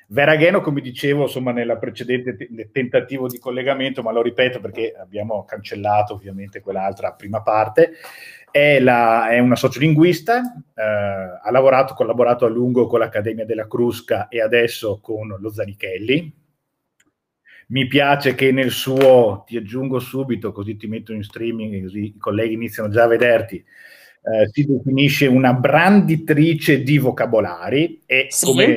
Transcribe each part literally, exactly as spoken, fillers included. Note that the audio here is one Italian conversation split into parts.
Veragheno, come dicevo, insomma, nella precedente te- tentativo di collegamento, ma lo ripeto perché abbiamo cancellato ovviamente quell'altra prima parte, è, la, è una sociolinguista, eh, ha lavorato, collaborato a lungo con l'Accademia della Crusca e adesso con lo Zanichelli. Mi piace che nel suo, ti aggiungo subito, così ti metto in streaming, così i colleghi iniziano già a vederti, eh, si definisce una branditrice di vocabolari e Sì. come,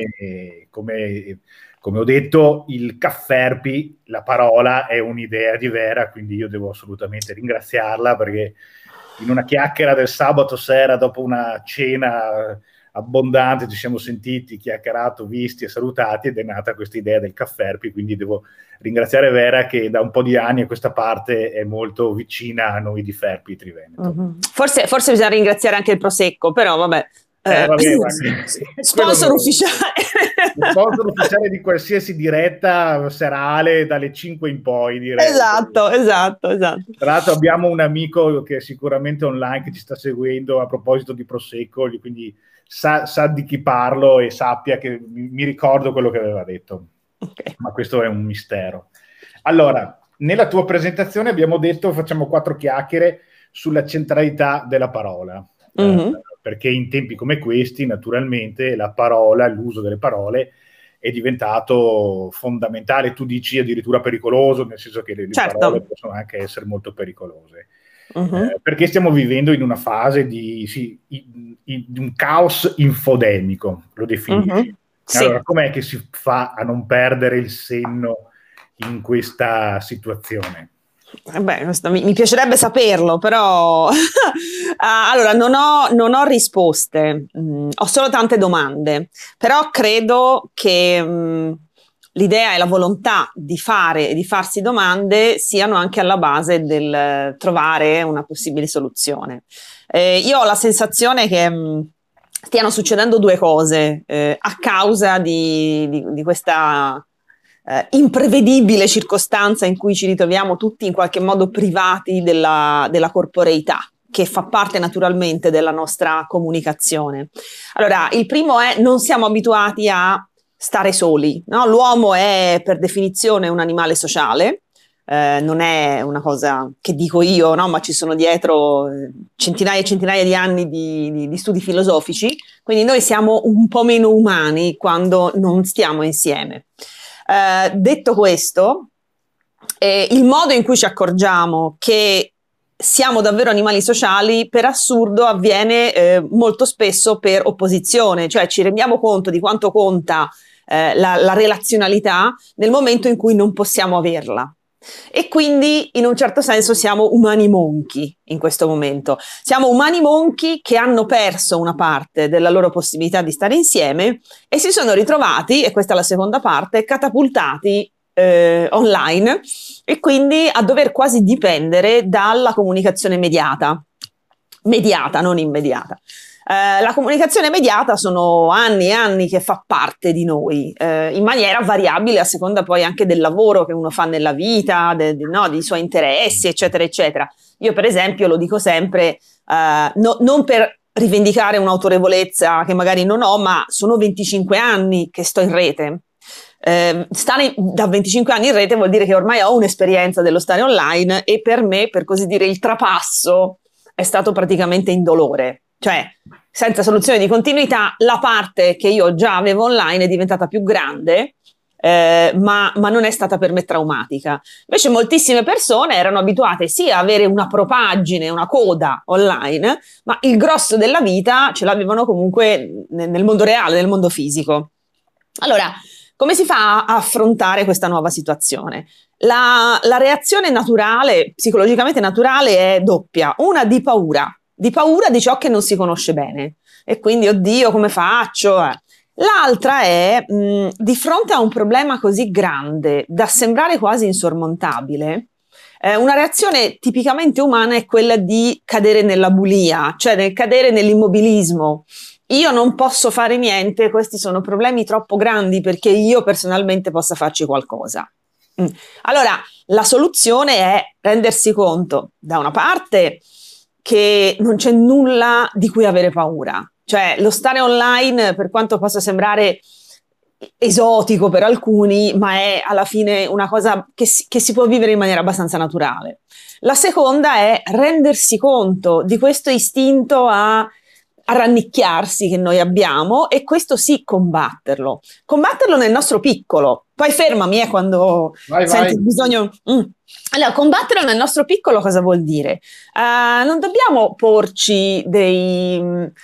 come, come ho detto, il Cafferpi, la parola è un'idea di Vera, quindi io devo assolutamente ringraziarla perché in una chiacchiera del sabato sera dopo una cena abbondante ci siamo sentiti, chiacchierato, visti e salutati ed è nata questa idea del Cafferpi, quindi devo ringraziare Vera che da un po' di anni a questa parte è molto vicina a noi di Ferpi Triveneto. Mhm. Forse, forse bisogna ringraziare anche il Prosecco, però vabbè, Eh, eh, vabbè, guarda, quello sponsor no. ufficiale. Lo sponsor ufficiale di qualsiasi diretta serale dalle cinque in poi, direi. Esatto, esatto, esatto. Tra l'altro abbiamo un amico che è sicuramente online che ci sta seguendo a proposito di Prosecco, quindi sa, sa di chi parlo e sappia che mi, mi ricordo quello che aveva detto. Okay. Ma questo è un mistero. Allora, nella tua presentazione abbiamo detto, facciamo quattro chiacchiere sulla centralità della parola. Eh, Mm-hmm. perché in tempi come questi, naturalmente, la parola, l'uso delle parole è diventato fondamentale. Tu dici addirittura pericoloso, nel senso che le, le parole Certo. possono anche essere molto pericolose. Mm-hmm. Eh, perché stiamo vivendo in una fase di, sì, in, in, di un caos infodemico, lo definisci. Mm-hmm. Allora, Sì. com'è che si fa a non perdere il senno in questa situazione? Eh beh, questo mi, mi piacerebbe saperlo, però ah, allora non ho, non ho risposte, mm, ho solo tante domande, però credo che mm, l'idea e la volontà di fare e di farsi domande siano anche alla base del trovare una possibile soluzione. Eh, io ho la sensazione che mm, stiano succedendo due cose eh, a causa di, di, di questa eh, imprevedibile circostanza in cui ci ritroviamo tutti in qualche modo privati della, della corporeità, che fa parte naturalmente della nostra comunicazione. Allora, il primo è non siamo abituati a stare soli, no? L'uomo è per definizione un animale sociale, eh, non è una cosa che dico io, no? Ma ci sono dietro eh, centinaia e centinaia di anni di, di, di studi filosofici, quindi noi siamo un po' meno umani quando non stiamo insieme. Eh, detto questo, eh, il modo in cui ci accorgiamo che siamo davvero animali sociali, per assurdo, avviene eh, molto spesso per opposizione, cioè ci rendiamo conto di quanto conta eh, la, la relazionalità nel momento in cui non possiamo averla. E quindi in un certo senso siamo umani monchi in questo momento. Siamo umani monchi che hanno perso una parte della loro possibilità di stare insieme e si sono ritrovati, e questa è la seconda parte, catapultati eh, online e quindi a dover quasi dipendere dalla comunicazione mediata. Mediata, non immediata. Eh, la comunicazione mediata sono anni e anni che fa parte di noi, eh, in maniera variabile a seconda poi anche del lavoro che uno fa nella vita, de, de, no, dei suoi interessi, eccetera, eccetera. Io per esempio lo dico sempre, eh, no, non per rivendicare un'autorevolezza che magari non ho, ma sono venticinque anni che sto in rete. Eh, stare da venticinque anni in rete vuol dire che ormai ho un'esperienza dello stare online e per me, per così dire, il trapasso è stato praticamente indolore. Cioè, senza soluzione di continuità, la parte che io già avevo online è diventata più grande, eh, ma, ma non è stata per me traumatica. Invece moltissime persone erano abituate sì a avere una propagine, una coda online, ma il grosso della vita ce l'avevano comunque nel mondo reale, nel mondo fisico. Allora, come si fa a affrontare questa nuova situazione? La, la reazione naturale, psicologicamente naturale, è doppia. Una di paura, di paura di ciò che non si conosce bene. E quindi, oddio, come faccio? Eh. L'altra è, mh, di fronte a un problema così grande, da sembrare quasi insormontabile, eh, una reazione tipicamente umana è quella di cadere nella bulia, cioè nel cadere nell'immobilismo. Io non posso fare niente, questi sono problemi troppo grandi perché io personalmente possa farci qualcosa. Mm. Allora, la soluzione è rendersi conto, da una parte, che non c'è nulla di cui avere paura. Cioè, lo stare online, per quanto possa sembrare esotico per alcuni, ma è alla fine una cosa che si, che si può vivere in maniera abbastanza naturale. La seconda è rendersi conto di questo istinto a, a rannicchiarsi che noi abbiamo, e questo sì, combatterlo. Combatterlo nel nostro piccolo. Poi fermami eh, quando Vai, senti vai. il bisogno. Mm. Allora, combatterlo nel nostro piccolo cosa vuol dire? Uh, non dobbiamo porci dei,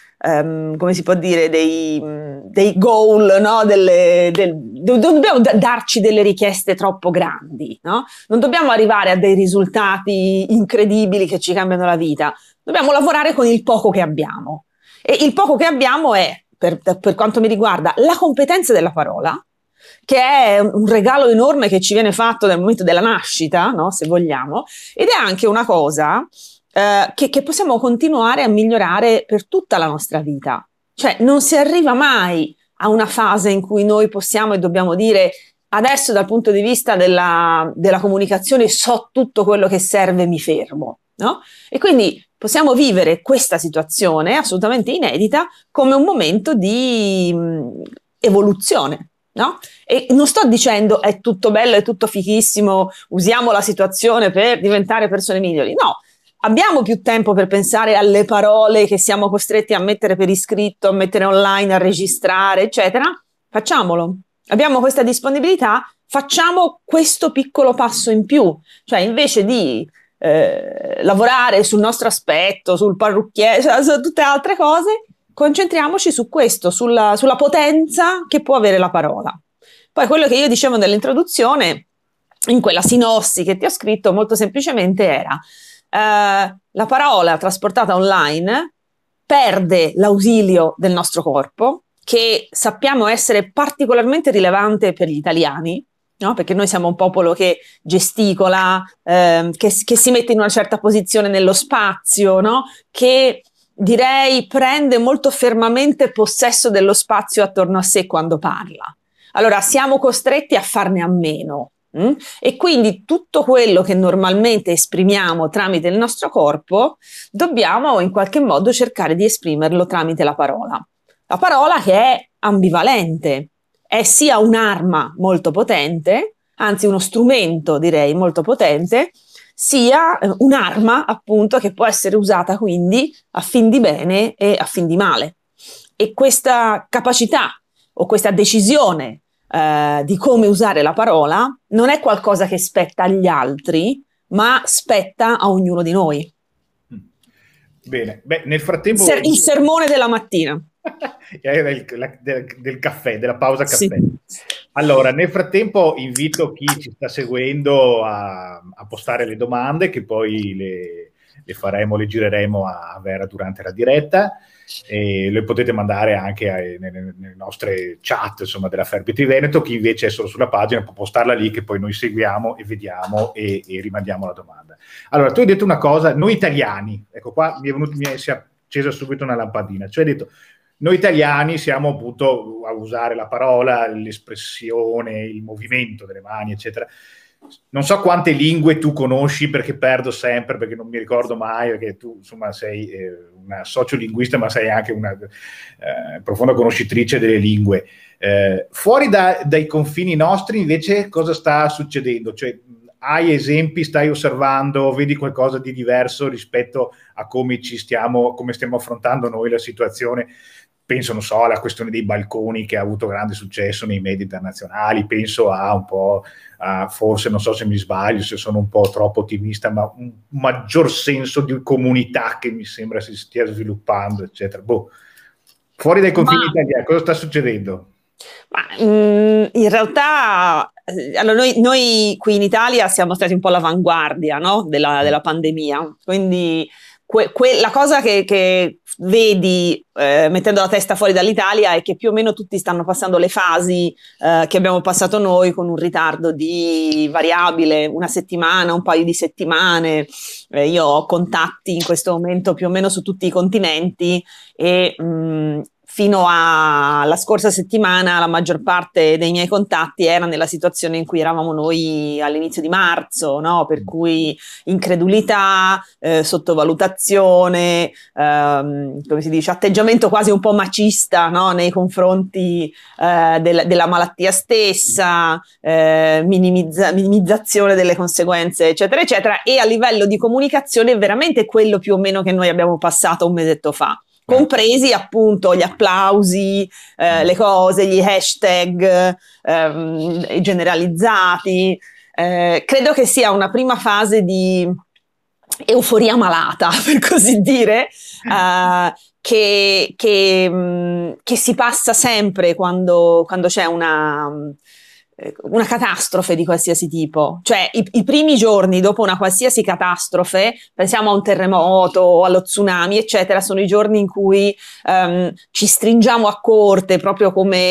um, come si può dire, dei, dei goal, no? Delle, del, non dobbiamo darci delle richieste troppo grandi, no? Non dobbiamo arrivare a dei risultati incredibili che ci cambiano la vita. Dobbiamo lavorare con il poco che abbiamo. E il poco che abbiamo è, per, per quanto mi riguarda, la competenza della parola, che è un regalo enorme che ci viene fatto nel momento della nascita, no? Se vogliamo, ed è anche una cosa eh, che, che possiamo continuare a migliorare per tutta la nostra vita. Cioè non si arriva mai a una fase in cui noi possiamo e dobbiamo dire adesso dal punto di vista della, della comunicazione so tutto quello che serve, mi fermo, no? E quindi possiamo vivere questa situazione assolutamente inedita come un momento di mh, evoluzione. No? E non sto dicendo è tutto bello, è tutto fichissimo, usiamo la situazione per diventare persone migliori. No, abbiamo più tempo per pensare alle parole che siamo costretti a mettere per iscritto, a mettere online, a registrare, eccetera. Facciamolo. Abbiamo questa disponibilità, facciamo questo piccolo passo in più. Cioè, invece di eh, lavorare sul nostro aspetto, sul parrucchiere, cioè, su tutte altre cose, concentriamoci su questo, sulla, sulla potenza che può avere la parola. Poi quello che io dicevo nell'introduzione, in quella sinossi che ti ho scritto, molto semplicemente era eh, la parola trasportata online perde l'ausilio del nostro corpo, che sappiamo essere particolarmente rilevante per gli italiani, no? Perché noi siamo un popolo che gesticola, eh, che, che si mette in una certa posizione nello spazio, no? Che direi prende molto fermamente possesso dello spazio attorno a sé quando parla. Allora siamo costretti a farne a meno, mh? E quindi tutto quello che normalmente esprimiamo tramite il nostro corpo dobbiamo in qualche modo cercare di esprimerlo tramite la parola. La parola che è ambivalente, è sia un'arma molto potente, anzi uno strumento direi molto potente, sia un'arma appunto che può essere usata quindi a fin di bene e a fin di male. E questa capacità o questa decisione eh, di come usare la parola non è qualcosa che spetta agli altri, ma spetta a ognuno di noi. Bene, beh, nel frattempo... Il, ser- il sermone della mattina. del, del, del caffè, della pausa caffè. Sì. Allora, nel frattempo invito chi ci sta seguendo a, a postare le domande, che poi le, le faremo, le gireremo a Vera durante la diretta, e le potete mandare anche a, nelle, nelle nostre chat, insomma, della Ferbiti Veneto. Chi invece è solo sulla pagina può postarla lì, che poi noi seguiamo e vediamo e, e rimandiamo la domanda. Allora, tu hai detto una cosa, noi italiani, ecco qua mi è, venuto, mi è si è accesa subito una lampadina, cioè hai detto noi italiani siamo appunto a usare la parola, l'espressione, il movimento delle mani, eccetera. Non so quante lingue tu conosci, perché perdo sempre, perché non mi ricordo mai, perché tu insomma sei eh, una sociolinguista, ma sei anche una eh, profonda conoscitrice delle lingue. Eh, fuori da, dai confini nostri invece cosa sta succedendo? Cioè, hai esempi, stai osservando, vedi qualcosa di diverso rispetto a come ci stiamo, come stiamo affrontando noi la situazione? Penso, non so, alla questione dei balconi che ha avuto grande successo nei media internazionali, penso a un po', a, forse, non so se mi sbaglio, se sono un po' troppo ottimista, ma un maggior senso di comunità che mi sembra si stia sviluppando, eccetera. Boh. Fuori dai confini ma, italiani, cosa sta succedendo? Ma, mh, in realtà, allora noi, noi qui in Italia siamo stati un po' all'avanguardia, no? della, della pandemia, quindi que, que, la cosa che, che vedi eh, mettendo la testa fuori dall'Italia è che più o meno tutti stanno passando le fasi eh, che abbiamo passato noi, con un ritardo di variabile, una settimana, un paio di settimane. Eh, io ho contatti in questo momento più o meno su tutti i continenti e mh, fino alla scorsa settimana la maggior parte dei miei contatti era nella situazione in cui eravamo noi all'inizio di marzo, no? Per cui incredulità, eh, sottovalutazione, ehm, come si dice, atteggiamento quasi un po' macista, no? Nei confronti eh, del, della malattia stessa, eh, minimizza, minimizzazione delle conseguenze, eccetera, eccetera, e a livello di comunicazione è veramente quello più o meno che noi abbiamo passato un mesetto fa, compresi appunto gli applausi, eh, le cose, gli hashtag ehm, generalizzati. Eh, credo che sia una prima fase di euforia malata, per così dire, eh, che, che, mh, che si passa sempre quando, quando c'è una... una catastrofe di qualsiasi tipo, cioè i, i primi giorni dopo una qualsiasi catastrofe, pensiamo a un terremoto o allo tsunami eccetera, sono i giorni in cui um, ci stringiamo a corte proprio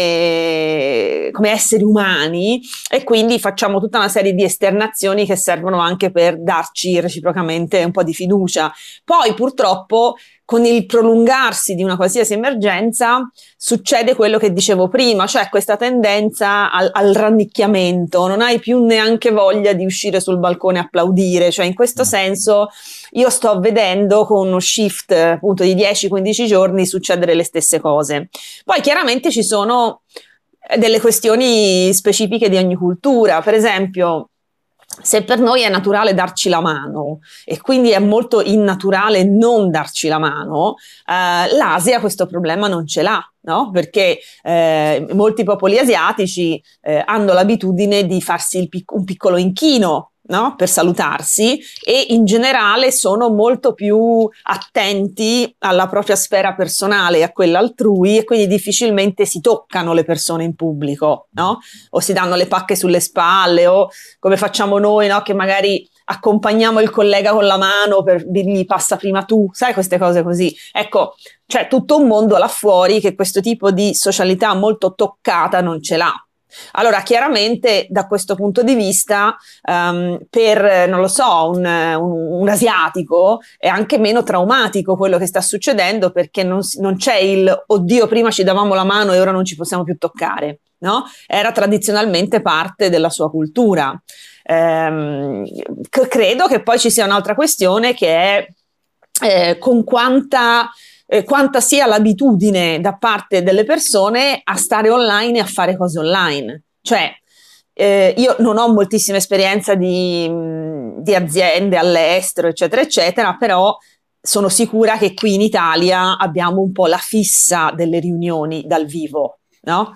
come, come esseri umani, e quindi facciamo tutta una serie di esternazioni che servono anche per darci reciprocamente un po' di fiducia. Poi purtroppo con il prolungarsi di una qualsiasi emergenza succede quello che dicevo prima, cioè questa tendenza al, al rannicchiamento, non hai più neanche voglia di uscire sul balcone a applaudire, cioè in questo senso io sto vedendo con uno shift appunto di dieci quindici giorni succedere le stesse cose. Poi chiaramente ci sono delle questioni specifiche di ogni cultura, per esempio se per noi è naturale darci la mano e quindi è molto innaturale non darci la mano, eh, l'Asia questo problema non ce l'ha, no? Perché eh, molti popoli asiatici eh, hanno l'abitudine di farsi il pic- un piccolo inchino, no? Per salutarsi, e in generale sono molto più attenti alla propria sfera personale e a quella altrui, e quindi difficilmente si toccano le persone in pubblico, no? O si danno le pacche sulle spalle, o come facciamo noi, no? Che magari accompagniamo il collega con la mano per dirgli passa prima tu, sai, queste cose così. Ecco, c'è tutto un mondo là fuori che questo tipo di socialità molto toccata non ce l'ha. Allora, chiaramente da questo punto di vista, um, per, non lo so, un, un, un asiatico è anche meno traumatico quello che sta succedendo, perché non, non c'è il oddio, prima ci davamo la mano e ora non ci possiamo più toccare, no? Era tradizionalmente parte della sua cultura. Um, c- credo che poi ci sia un'altra questione che è eh, con quanta... Eh, quanta sia l'abitudine da parte delle persone a stare online e a fare cose online. Cioè, eh, io non ho moltissima esperienza di, di aziende all'estero, eccetera, eccetera, però sono sicura che qui in Italia abbiamo un po' la fissa delle riunioni dal vivo, no?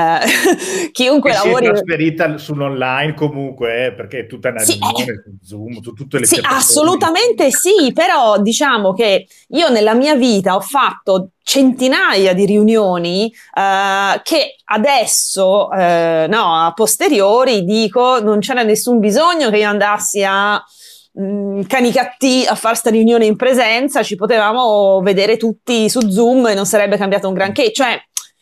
Eh, chiunque che lavori... si è trasferita sull'online comunque, eh, perché è tutta una sì, riunione eh, su Zoom, su tutte le sì, piattaforme. assolutamente sì, però diciamo che io nella mia vita ho fatto centinaia di riunioni eh, che adesso, eh, no, a posteriori dico non c'era nessun bisogno che io andassi a mh, Canicattì a fare sta riunione in presenza, ci potevamo vedere tutti su Zoom e non sarebbe cambiato un granché, cioè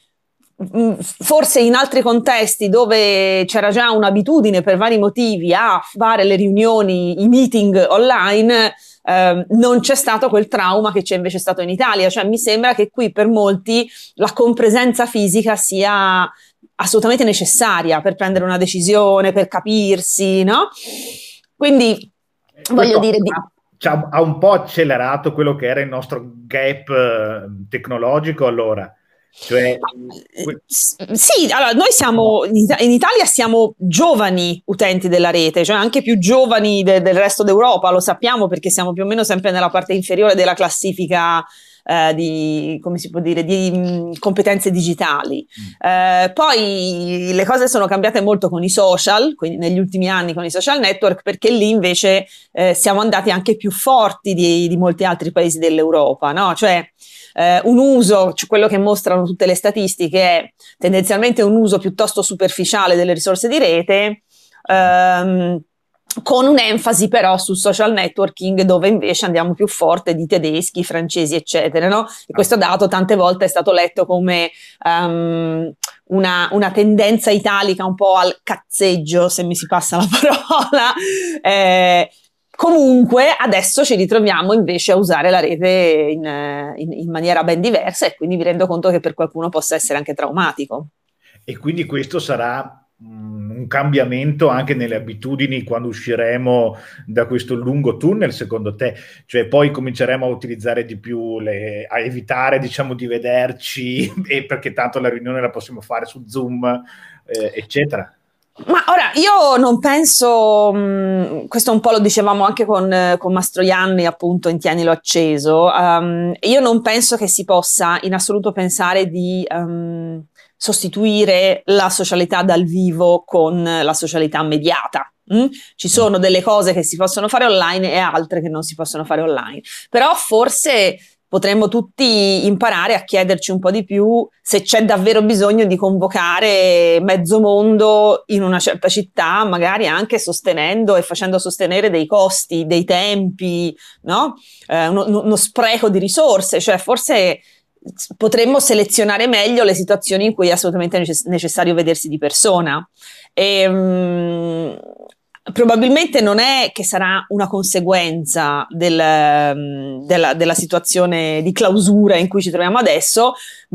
forse in altri contesti dove c'era già un'abitudine per vari motivi a fare le riunioni, i meeting online, eh, non c'è stato quel trauma che c'è invece stato in Italia. Cioè mi sembra che qui per molti la compresenza fisica sia assolutamente necessaria per prendere una decisione, per capirsi, no? Quindi voglio dire di... ha, ha un po' accelerato quello che era il nostro gap eh, tecnologico allora. Cioè, sì, allora noi siamo in Italia siamo giovani utenti della rete, cioè anche più giovani de- del resto d'Europa, lo sappiamo perché siamo più o meno sempre nella parte inferiore della classifica eh, di, come si può dire, di mh, competenze digitali. Eh, poi le cose sono cambiate molto con i social, quindi negli ultimi anni con i social network, perché lì invece eh, siamo andati anche più forti di, di molti altri paesi dell'Europa, no? Cioè Uh, un uso, cioè quello che mostrano tutte le statistiche, è tendenzialmente un uso piuttosto superficiale delle risorse di rete, um, con un'enfasi però sul social networking, dove invece andiamo più forte di tedeschi, francesi, eccetera, no? E questo dato tante volte è stato letto come um, una, una tendenza italica un po' al cazzeggio, se mi si passa la parola, eh, Comunque adesso ci ritroviamo invece a usare la rete in, in, in maniera ben diversa e quindi mi rendo conto che per qualcuno possa essere anche traumatico. E quindi questo sarà mh, un cambiamento anche nelle abitudini quando usciremo da questo lungo tunnel, secondo te? Cioè poi cominceremo a utilizzare di più, le, a evitare diciamo di vederci, e perché tanto la riunione la possiamo fare su Zoom, eh, eccetera. Ma ora io non penso, mh, questo un po' lo dicevamo anche con, con Mastroianni appunto in Tienilo acceso, um, io non penso che si possa in assoluto pensare di um, sostituire la socialità dal vivo con la socialità mediata. Mm? Ci sono delle cose che si possono fare online e altre che non si possono fare online, però forse potremmo tutti imparare a chiederci un po' di più se c'è davvero bisogno di convocare mezzo mondo in una certa città, magari anche sostenendo e facendo sostenere dei costi, dei tempi, no? Eh, uno, uno spreco di risorse, cioè forse potremmo selezionare meglio le situazioni in cui è assolutamente necess- necessario vedersi di persona. E, mh, probabilmente non è che sarà una conseguenza del, della, della situazione di clausura in cui ci troviamo adesso,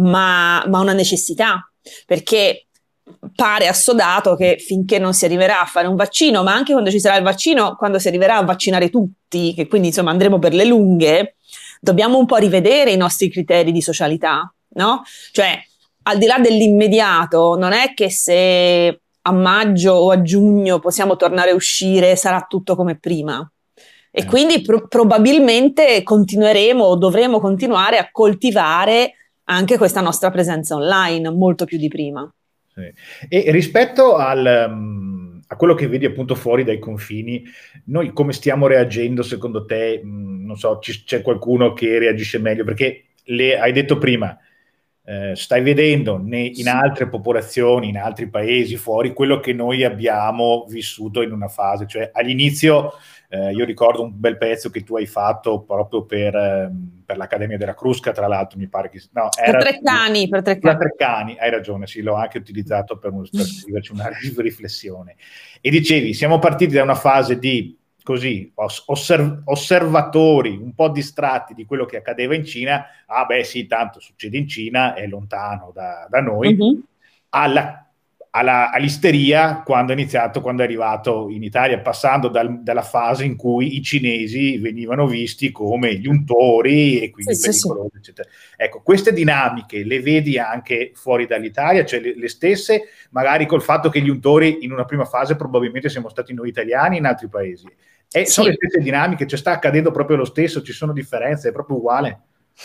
ma, ma una necessità, perché pare assodato che finché non si arriverà a fare un vaccino, ma anche quando ci sarà il vaccino, quando si arriverà a vaccinare tutti, che quindi insomma andremo per le lunghe, dobbiamo un po' rivedere i nostri criteri di socialità, no? Cioè, al di là dell'immediato, non è che se a maggio o a giugno possiamo tornare a uscire, sarà tutto come prima. E eh. quindi pro- probabilmente continueremo o dovremo continuare a coltivare anche questa nostra presenza online molto più di prima. Sì. E rispetto al, um, a quello che vedi appunto fuori dai confini, noi come stiamo reagendo secondo te? Mh, non so, c- c'è qualcuno che reagisce meglio? Perché le, hai detto prima, Eh, stai vedendo ne, in altre popolazioni, in altri paesi fuori, quello che noi abbiamo vissuto in una fase, cioè all'inizio eh, io ricordo un bel pezzo che tu hai fatto proprio per, eh, per l'Accademia della Crusca, tra l'altro mi pare che... No, era per Treccani, per Treccani. Treccani, hai ragione, sì, l'ho anche utilizzato per, per scriverci una riflessione. E dicevi, siamo partiti da una fase di così, osserv- osservatori un po' distratti di quello che accadeva in Cina, ah beh sì, tanto succede in Cina, è lontano da, da noi, uh-huh. alla, alla, all'isteria quando è iniziato, quando è arrivato in Italia, passando dal, dalla fase in cui i cinesi venivano visti come gli untori e quindi sì, pericolosi, sì, eccetera. Ecco, queste dinamiche le vedi anche fuori dall'Italia, cioè le, le stesse, magari col fatto che gli untori in una prima fase probabilmente siamo stati noi italiani in altri paesi. E sono sì. le stesse dinamiche, cioè sta accadendo proprio lo stesso, ci sono differenze, è proprio uguale.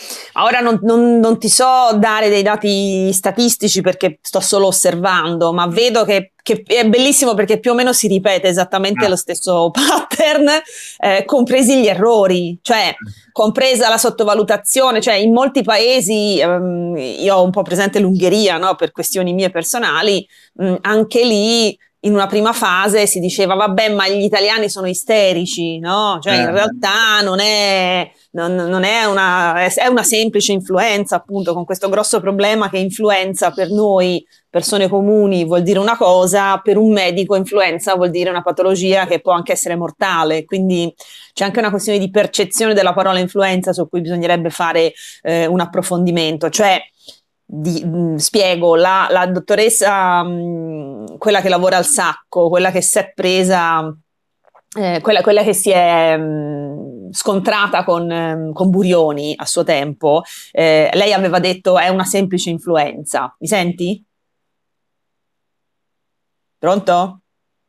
Ora non, non, non ti so dare dei dati statistici perché sto solo osservando, ma vedo che, che è bellissimo perché più o meno si ripete esattamente ah. lo stesso pattern, eh, compresi gli errori, cioè compresa la sottovalutazione, cioè in molti paesi, ehm, io ho un po' presente l'Ungheria, no, per questioni mie personali, mh, anche lì in una prima fase si diceva vabbè ma gli italiani sono isterici, no? Cioè eh. in realtà non è, non, non è una, è una semplice influenza appunto, con questo grosso problema che influenza per noi persone comuni vuol dire una cosa, per un medico influenza vuol dire una patologia che può anche essere mortale, quindi c'è anche una questione di percezione della parola influenza su cui bisognerebbe fare eh, un approfondimento, cioè Di, mh, spiego, la, la dottoressa, mh, quella che lavora al Sacco, quella che si è presa, eh, quella, quella che si è mh, scontrata con, mh, con Burioni a suo tempo, eh, lei aveva detto è una semplice influenza. Mi senti? Pronto?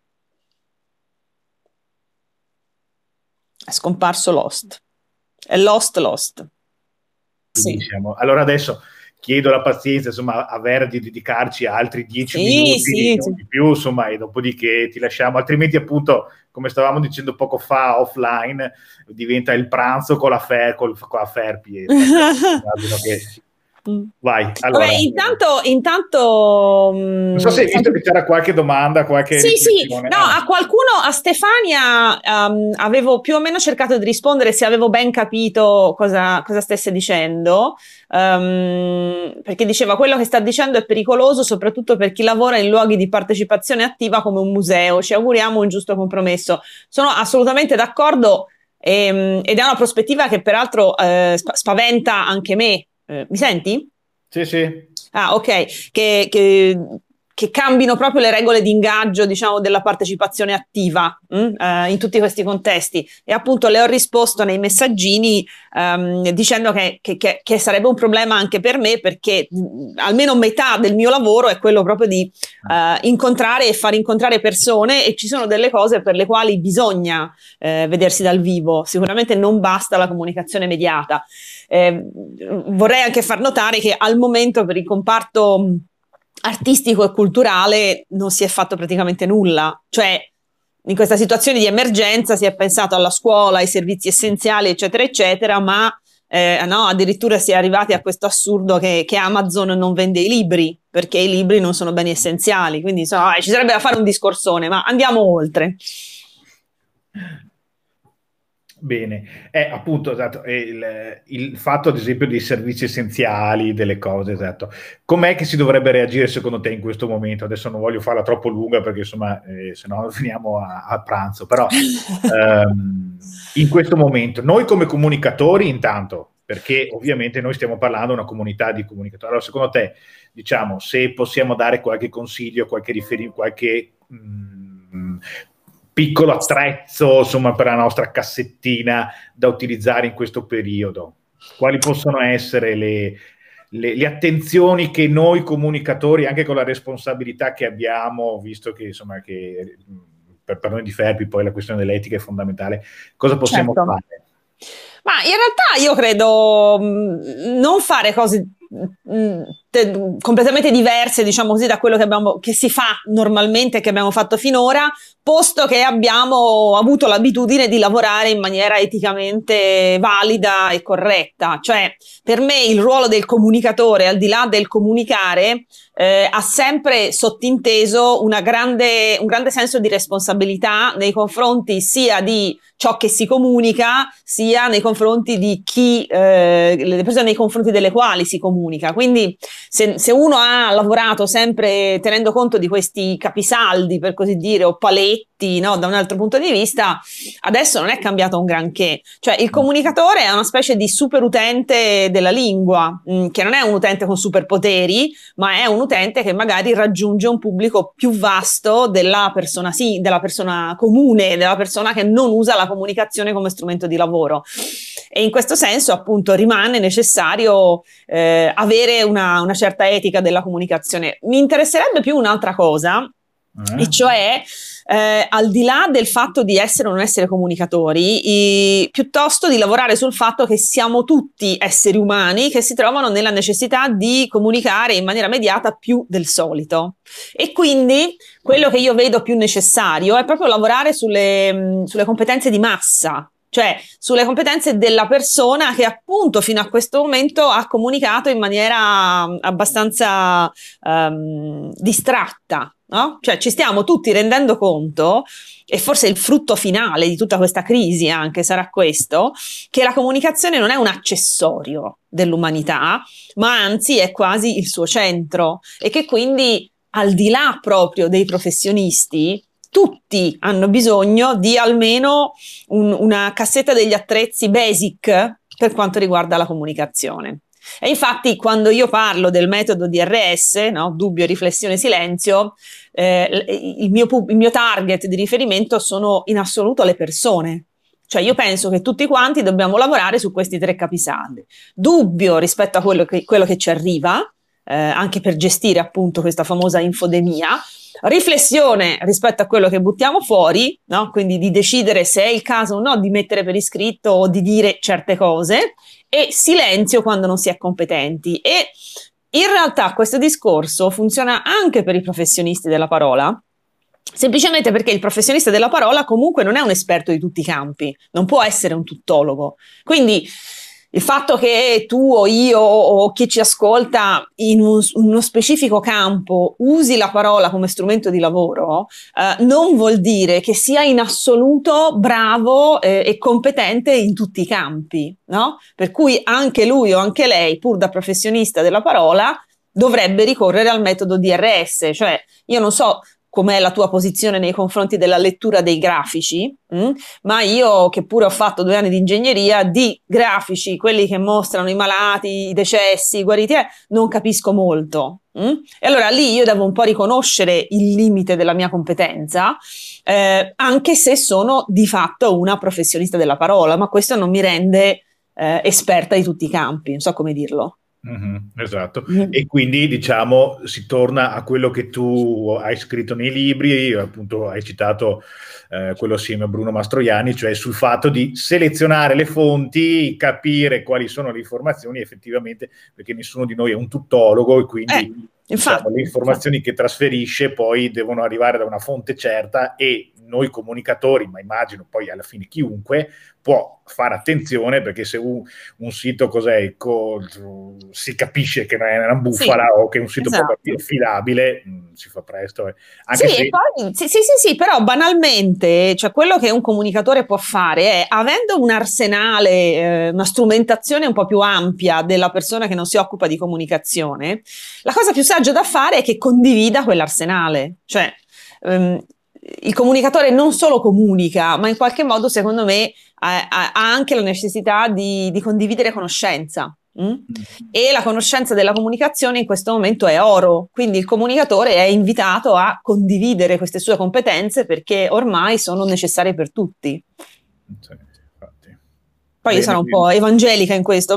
È scomparso Lost. È Lost Lost. Sì. Siamo. Allora adesso chiedo la pazienza, insomma, a Vera di dedicarci altri dieci sì, minuti sì, non di più, insomma, e dopodiché ti lasciamo, altrimenti appunto, come stavamo dicendo poco fa offline, diventa il pranzo con la Fer, col, con la Ferpi. che... Vai, allora. Vabbè, intanto, intanto non so se hai visto che c'era qualche domanda, qualche sì, sì, riflessione. no, Ah. a qualcuno, a Stefania, um, avevo più o meno cercato di rispondere se avevo ben capito cosa, cosa stesse dicendo, um, perché diceva quello che sta dicendo è pericoloso soprattutto per chi lavora in luoghi di partecipazione attiva come un museo, ci auguriamo un giusto compromesso. Sono assolutamente d'accordo, ehm, ed è una prospettiva che peraltro eh, sp- spaventa anche me. Eh, mi senti? Sì, sì. Ah, ok, che, che, che cambino proprio le regole di ingaggio, diciamo, della partecipazione attiva mh? Eh, in tutti questi contesti. E appunto le ho risposto nei messaggini ehm, dicendo che, che, che, che sarebbe un problema anche per me, perché mh, almeno metà del mio lavoro è quello proprio di eh, incontrare e far incontrare persone, e ci sono delle cose per le quali bisogna eh, vedersi dal vivo. Sicuramente non basta la comunicazione mediata. Eh, vorrei anche far notare che al momento per il comparto artistico e culturale non si è fatto praticamente nulla, cioè in questa situazione di emergenza si è pensato alla scuola, ai servizi essenziali, eccetera, eccetera, ma eh, no, addirittura si è arrivati a questo assurdo che, che Amazon non vende i libri, perché i libri non sono beni essenziali, quindi insomma, ci sarebbe da fare un discorsone, ma andiamo oltre. Bene, è appunto esatto, è il, il fatto ad esempio dei servizi essenziali, delle cose, esatto. Com'è che si dovrebbe reagire secondo te in questo momento? Adesso non voglio farla troppo lunga perché insomma, eh, se no finiamo a, a pranzo, però ehm, in questo momento, noi come comunicatori intanto, perché ovviamente noi stiamo parlando di una comunità di comunicatori, allora secondo te, diciamo, se possiamo dare qualche consiglio, qualche riferimento, qualche... Mh, piccolo attrezzo, insomma, per la nostra cassettina da utilizzare in questo periodo. Quali possono essere le, le, le attenzioni che noi comunicatori, anche con la responsabilità che abbiamo, visto che, insomma, che per, per noi di Ferpi poi la questione dell'etica è fondamentale, cosa possiamo Certo. fare? Ma in realtà io credo mh, non fare cose mh, te- completamente diverse, diciamo così, da quello che abbiamo, che si fa normalmente e che abbiamo fatto finora, posto che abbiamo avuto l'abitudine di lavorare in maniera eticamente valida e corretta. Cioè, per me il ruolo del comunicatore, al di là del comunicare, eh, ha sempre sottinteso una grande, un grande senso di responsabilità nei confronti sia di ciò che si comunica, sia nei confronti di chi, eh, le persone nei confronti delle quali si comunica. Quindi se, se uno ha lavorato sempre tenendo conto di questi capisaldi, per così dire, o paletti, no, da un altro punto di vista, adesso non è cambiato un granché. Cioè il comunicatore è una specie di super utente della lingua, mh, che non è un utente con superpoteri, ma è un utente che magari raggiunge un pubblico più vasto della persona, sì, della persona comune, della persona che non usa la comunicazione come strumento di lavoro. E in questo senso, appunto, rimane necessario eh, avere una, una certa etica della comunicazione. Mi interesserebbe più un'altra cosa, eh? E cioè, eh, al di là del fatto di essere o non essere comunicatori, i, piuttosto di lavorare sul fatto che siamo tutti esseri umani che si trovano nella necessità di comunicare in maniera mediata più del solito. E quindi quello che io vedo più necessario è proprio lavorare sulle, sulle competenze di massa, cioè sulle competenze della persona che appunto fino a questo momento ha comunicato in maniera abbastanza um, distratta, no? Cioè ci stiamo tutti rendendo conto, e forse il frutto finale di tutta questa crisi anche sarà questo, che la comunicazione non è un accessorio dell'umanità, ma anzi è quasi il suo centro, e che quindi al di là proprio dei professionisti tutti hanno bisogno di almeno un, una cassetta degli attrezzi basic per quanto riguarda la comunicazione. E infatti quando io parlo del metodo D R S, no? Dubbio, riflessione, silenzio, eh, il, mio, il mio target di riferimento sono in assoluto le persone. Cioè io penso che tutti quanti dobbiamo lavorare su questi tre capisaldi. Dubbio rispetto a quello che, quello che ci arriva, eh, anche per gestire appunto questa famosa infodemia. Riflessione rispetto a quello che buttiamo fuori, no? Quindi di decidere se è il caso o no di mettere per iscritto o di dire certe cose, e silenzio quando non si è competenti. E in realtà questo discorso funziona anche per i professionisti della parola, semplicemente perché il professionista della parola comunque non è un esperto di tutti i campi, non può essere un tuttologo. Quindi il fatto che tu o io o chi ci ascolta in un- uno specifico campo usi la parola come strumento di lavoro, eh, non vuol dire che sia in assoluto bravo, eh, e competente in tutti i campi, no? Per cui anche lui o anche lei, pur da professionista della parola, dovrebbe ricorrere al metodo D R S, cioè io non so com'è la tua posizione nei confronti della lettura dei grafici, mh? Ma io che pure ho fatto due anni di ingegneria, di grafici, quelli che mostrano i malati, i decessi, i guariti, eh, non capisco molto. mh? E allora lì io devo un po' riconoscere il limite della mia competenza, eh, anche se sono di fatto una professionista della parola, ma questo non mi rende eh, esperta di tutti i campi, non so come dirlo. Mhm, esatto, Mm. e quindi diciamo si torna a quello che tu hai scritto nei libri, appunto hai citato eh, quello assieme a Bruno Mastroianni, cioè sul fatto di selezionare le fonti, capire quali sono le informazioni effettivamente, perché nessuno di noi è un tuttologo e Eh, quindi diciamo, infatti, le infatti. informazioni che trasferisce poi devono arrivare da una fonte certa e noi comunicatori, ma immagino poi alla fine chiunque, può fare attenzione perché se un, un sito cos'è, co- si capisce che non è una Sì, bufala o che è un sito poco esatto. affidabile, mh, si fa presto. eh. Sì, Anche e se... poi, sì, sì, sì, sì, però banalmente, cioè quello che un comunicatore può fare è, avendo un arsenale, eh, una strumentazione un po' più ampia della persona che non si occupa di comunicazione, la cosa più saggia da fare è che condivida quell'arsenale. Cioè, ehm, il comunicatore non solo comunica, ma in qualche modo, secondo me, ha, ha- ha anche la necessità di, di condividere conoscenza. mm? E la conoscenza della comunicazione in questo momento è oro, quindi il comunicatore è invitato a condividere queste sue competenze perché ormai sono necessarie per tutti. Sì, infatti. Poi io Bene, sono un bene. po' evangelica in questo.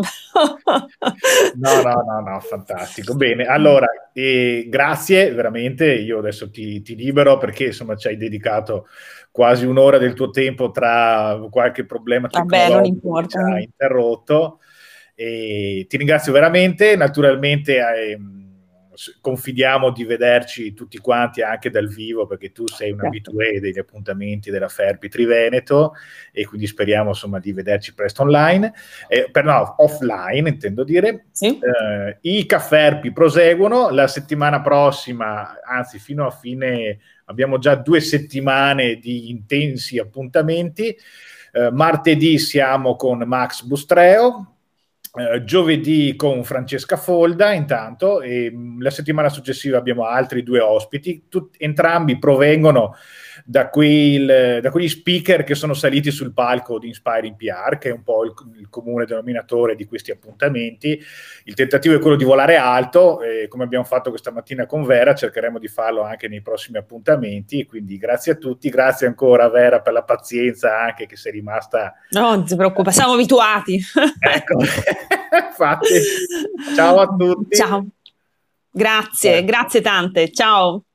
No, no, no, no, fantastico. Bene, allora, eh, grazie, veramente. Io adesso ti, ti libero perché insomma ci hai dedicato quasi un'ora del tuo tempo tra qualche problema Vabbè, non tecnologico che ci importa. ha interrotto. E ti ringrazio veramente. Naturalmente, ehm, s- confidiamo di vederci tutti quanti anche dal vivo perché tu sei un Certo. abitué degli appuntamenti della Ferpi Triveneto e quindi speriamo insomma di vederci presto online eh, per, no, offline intendo dire. Sì? Eh, i Cafferpi proseguono la settimana prossima, anzi fino a fine, abbiamo già due settimane di intensi appuntamenti. Eh, martedì siamo con Max Bustreo, eh, giovedì con Francesca Folda intanto e mh, la settimana successiva abbiamo altri due ospiti, Tut- entrambi provengono da, quel, da quegli speaker che sono saliti sul palco di Inspiring P R, che è un po' il, il comune denominatore di questi appuntamenti. Il tentativo è quello di volare alto, e come abbiamo fatto questa mattina con Vera, cercheremo di farlo anche nei prossimi appuntamenti. Quindi grazie a tutti, grazie ancora Vera per la pazienza anche che sei rimasta. No, non si preoccupa, siamo abituati. Ecco, infatti, ciao a tutti. Ciao. Grazie, Ciao. grazie tante. Ciao.